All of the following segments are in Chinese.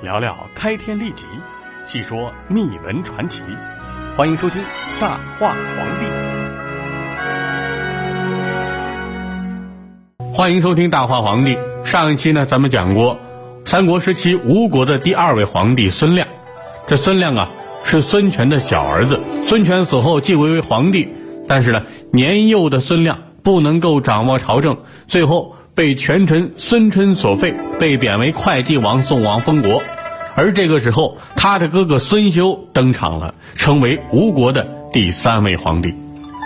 聊聊开天立即，细说秘闻传奇。欢迎收听大话皇帝。欢迎收听大话皇帝。上一期呢，咱们讲过三国时期吴国的第二位皇帝孙亮。这孙亮啊，是孙权的小儿子。孙权死后继位为皇帝，但是呢，年幼的孙亮不能够掌握朝政，最后被权臣孙琛所废，被贬为会稽王，送往封国。而这个时候，他的哥哥孙休登场了，成为吴国的第三位皇帝。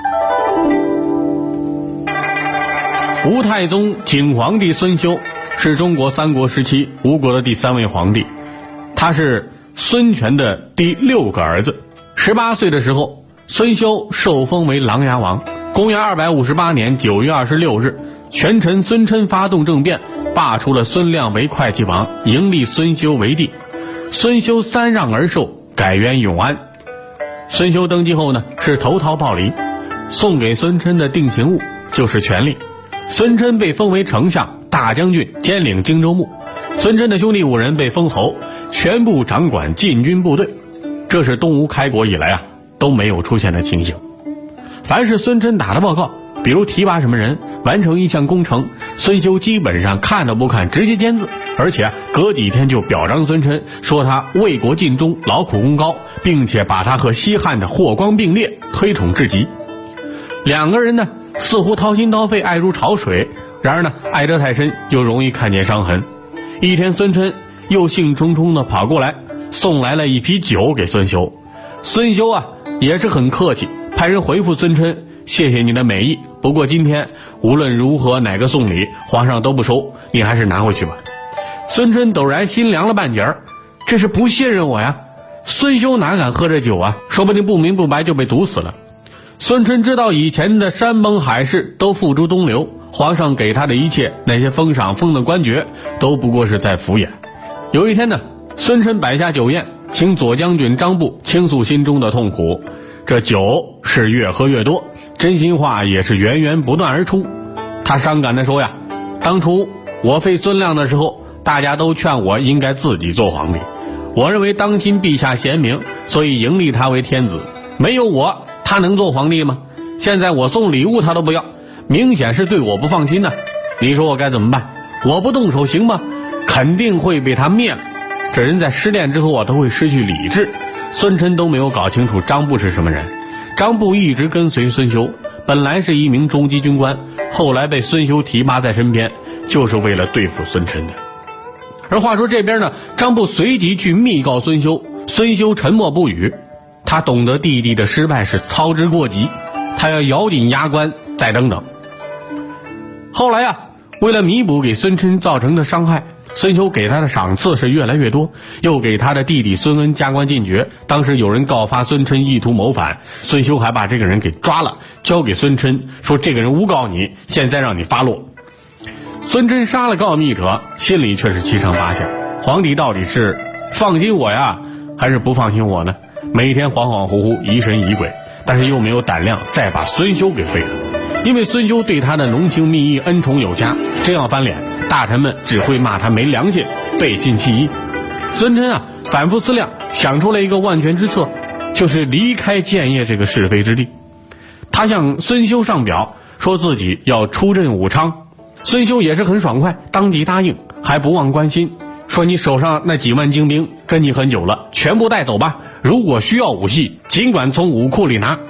吴太宗景皇帝孙休是中国三国时期吴国的第三位皇帝，他是孙权的第6个儿子。18岁的时候，孙休受封为琅琊王。公元258年9月26日，权臣孙琛发动政变，罢黜了孙亮为会稽王，迎立孙休为帝。孙休三让而受，改元永安。孙休登基后呢，是投桃报李，送给孙琛的定情物就是权力。孙琛被封为丞相、大将军，兼领荆州牧。孙琛的兄弟5人被封侯，全部掌管禁军部队。这是东吴开国以来都没有出现的情形。凡是孙琛打的报告，比如提拔什么人，完成一项工程，孙休基本上看都不看，直接签字，而且隔几天就表彰孙琛，说他为国尽忠，劳苦功高，并且把他和西汉的霍光并列，推崇至极。两个人呢，似乎掏心掏肺，爱如潮水，然而呢，爱得太深就容易看见伤痕。一天，孙琛又兴冲冲地跑过来，送来了一批酒给孙休。孙休也是很客气，派人回复孙琛，谢谢你的美意，不过今天无论如何哪个送礼皇上都不收，你还是拿回去吧。孙琛陡然心凉了半截儿，这是不信任我呀。孙休哪敢喝这酒啊，说不定不明不白就被毒死了。孙琛知道以前的山崩海誓都付诸东流，皇上给他的一切，那些封赏封的官爵都不过是在敷衍。有一天呢，孙琛摆下酒宴，请左将军张布倾诉心中的痛苦。这酒是越喝越多，真心话也是源源不断而出。他伤感地说呀，当初我废孙亮的时候，大家都劝我应该自己做皇帝，我认为当今陛下贤明，所以迎立他为天子，没有我他能做皇帝吗？现在我送礼物他都不要，明显是对我不放心呢。你说我该怎么办？我不动手行吗？肯定会被他灭了。这人在失恋之后都会失去理智。孙琛都没有搞清楚张布是什么人。张布一直跟随孙休，本来是一名中级军官，后来被孙休提拔在身边，就是为了对付孙琛的。而话说这边呢，张布随即去密告孙休，孙休沉默不语。他懂得弟弟的失败是操之过急，他要咬紧牙关再等等。后来为了弥补给孙琛造成的伤害，孙休给他的赏赐是越来越多，又给他的弟弟孙恩加官进爵。当时有人告发孙琛意图谋反，孙休还把这个人给抓了，交给孙琛，说这个人诬告你，现在让你发落。孙琛杀了告密者，心里却是七上八下，皇帝到底是放心我呀，还是不放心我呢？每天恍恍惚惚，疑神疑鬼，但是又没有胆量再把孙休给废了，因为孙休对他的浓情蜜意，恩宠有加，真要翻脸，大臣们只会骂他没良心，背信弃义。孙琛反复思量，想出了一个万全之策，就是离开建业这个是非之地。他向孙休上表，说自己要出镇武昌。孙休也是很爽快，当即答应，还不忘关心，说你手上那几万精兵跟你很久了，全部带走吧，如果需要武器，尽管从武库里拿。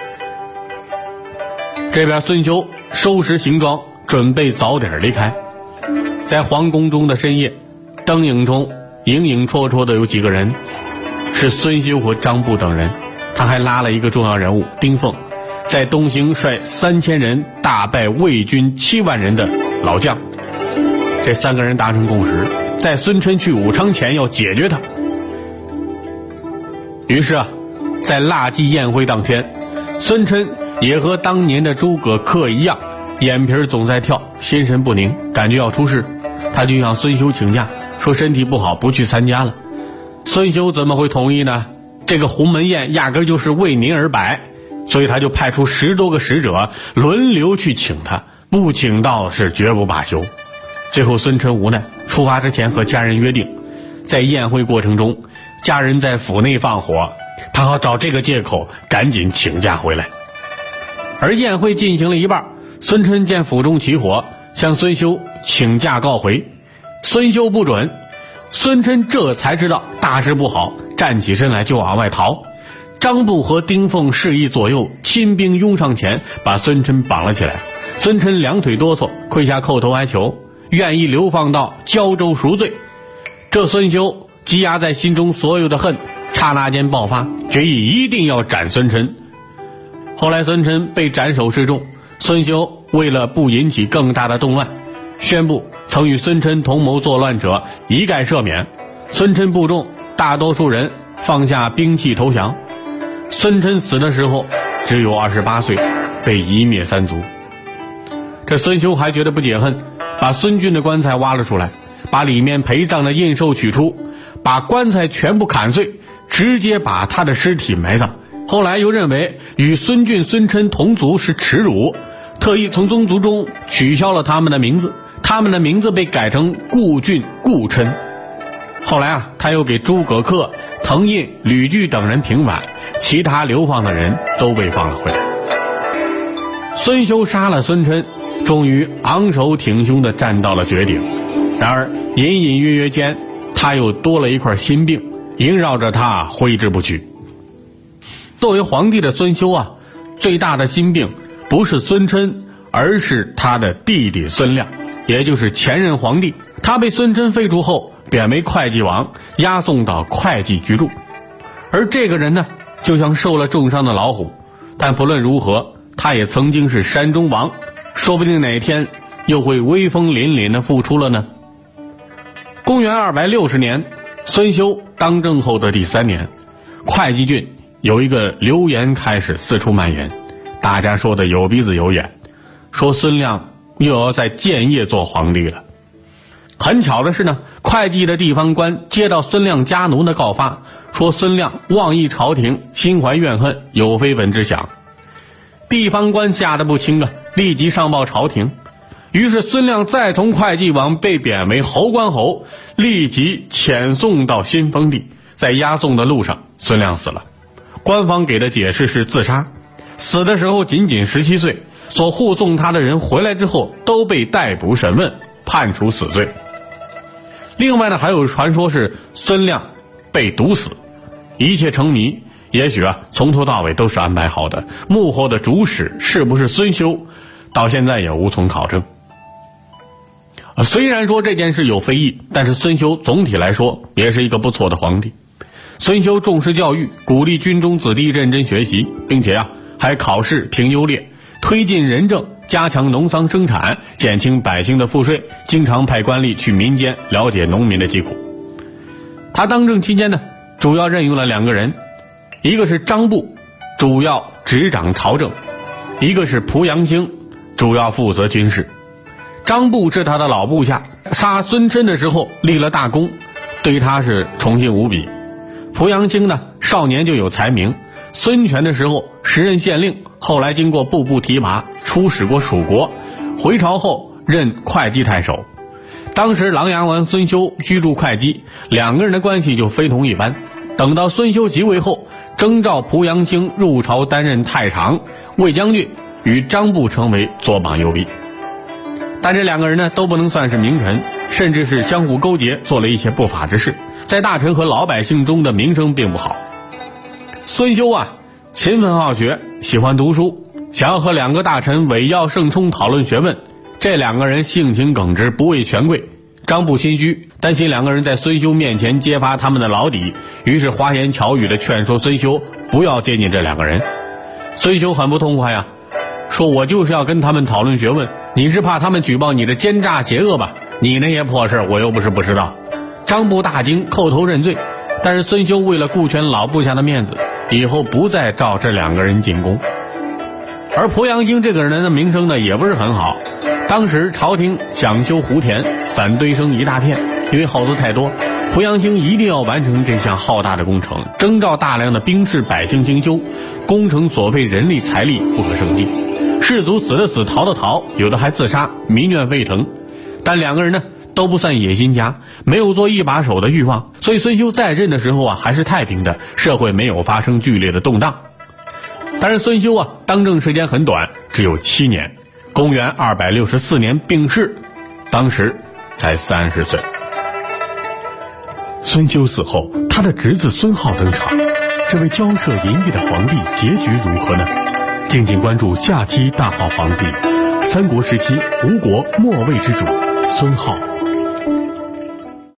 这边孙休收拾行装，准备早点离开。在皇宫中的深夜，灯影中影影绰绰的有几个人，是孙休和张布等人。他还拉了一个重要人物丁奉，在东行率3000人大败魏军7万人的老将。这3个人达成共识，在孙琛去武昌前要解决他。于是在腊祭宴会当天，孙琛也和当年的诸葛恪一样，眼皮总在跳，心神不宁，感觉要出事。他就向孙休请假，说身体不好，不去参加了。孙休怎么会同意呢？这个鸿门宴压根就是为您而摆，所以他就派出10多个使者轮流去请他，不请到是绝不罢休。最后孙琛无奈，出发之前和家人约定， 在宴会过程中，家人在府内放火，他好找这个借口赶紧请假回来。而宴会进行了一半，孙琛见府中起火，向孙休请假告回，孙休不准。孙琛这才知道大事不好，站起身来就往外逃。张布和丁奉示意左右，亲兵拥上前，把孙琛绑了起来。孙琛两腿哆嗦，跪下叩头哀求，愿意流放到胶州赎罪。这孙休积压在心中所有的恨，刹那间爆发，决意一定要斩孙琛。后来孙琛被斩首示众，孙休为了不引起更大的动乱，宣布曾与孙琛同谋作乱者一概赦免。孙琛部众大多数人放下兵器投降。孙琛死的时候只有28岁，被夷灭三族。这孙休还觉得不解恨，把孙俊的棺材挖了出来，把里面陪葬的印绶取出，把棺材全部砍碎，直接把他的尸体埋葬。后来又认为与孙俊、孙琛同族是耻辱，特意从宗族中取消了他们的名字，他们的名字被改成顾俊、顾琛。后来他又给诸葛恪、滕胤、吕据等人平反，其他流放的人都被放了回来。孙休杀了孙琛，终于昂首挺胸地站到了绝顶。然而隐隐约约间，他又多了一块心病，萦绕着他挥之不去。作为皇帝的孙休最大的心病不是孙琛，而是他的弟弟孙亮，也就是前任皇帝。他被孙琛废除后，贬为会稽王，押送到会稽居住。而这个人呢，就像受了重伤的老虎，但不论如何，他也曾经是山中王，说不定哪天又会威风凛凛地复出了呢。公元260年，孙休当政后的第3年，会稽郡有一个流言开始四处蔓延，大家说的有鼻子有眼，说孙亮又要在建业做皇帝了。很巧的是呢，会稽的地方官接到孙亮家奴的告发，说孙亮妄议朝廷，心怀怨恨，有非分之想。地方官吓得不轻立即上报朝廷。于是孙亮再从会稽王被贬为侯官侯，立即遣送到新丰地。在押送的路上，孙亮死了。官方给的解释是自杀，死的时候仅仅17岁，所护送他的人回来之后都被逮捕审问，判处死罪。另外呢，还有传说是孙亮被毒死，一切成谜。也许从头到尾都是安排好的，幕后的主使是不是孙休，到现在也无从考证。虽然说这件事有非议，但是孙休总体来说也是一个不错的皇帝。孙休重视教育，鼓励军中子弟认真学习，并且还考试评优劣，推进仁政，加强农桑生产，减轻百姓的赋税，经常派官吏去民间了解农民的疾苦。他当政期间呢，主要任用了2个人，一个是张布，主要执掌朝政，一个是濮阳兴，主要负责军事。张布是他的老部下，杀孙琛的时候立了大功，对他是崇敬无比。濮阳兴呢，少年就有才名，孙权的时候时任县令，后来经过步步提拔，出使过蜀国，回朝后任会稽太守。当时琅琊王孙休居住会稽，2个人的关系就非同一般。等到孙休即位后，征召濮阳兴入朝担任太常、卫将军，与张布成为左膀右臂。但这2个人呢，都不能算是名臣，甚至是相互勾结，做了一些不法之事，在大臣和老百姓中的名声并不好。孙休勤奋好学，喜欢读书，想要和2个大臣韦耀、盛冲讨论学问。这2个人性情耿直，不畏权贵。张布心虚，担心2个人在孙休面前揭发他们的老底，于是花言巧语地劝说孙休不要接近这2个人。孙休很不痛快说我就是要跟他们讨论学问，你是怕他们举报你的奸诈邪恶吧？你那些破事我又不是不知道。张布大惊，叩头认罪。但是孙休为了顾全老部下的面子，以后不再召这2个人进宫。而濮阳兴这个人的名声呢，也不是很好。当时朝廷想修湖田，反对声一大片，因为耗资太多，濮阳兴一定要完成这项浩大的工程，征召大量的兵士百姓兴修，工程所费人力财力不可胜计。士卒死的死，逃的逃，有的还自杀，民怨沸腾。但2个人呢， 都不算野心家，没有做一把手的欲望，所以孙修在任的时候还是太平的，社会没有发生剧烈的动荡。但是孙修当政时间很短，只有7年，公元264年病逝，当时才30岁。孙修死后，他的侄子孙浩登场，这位骄奢淫逸的皇帝结局如何呢？敬请关注下期大号皇帝，三国时期吴国末位之主孙浩。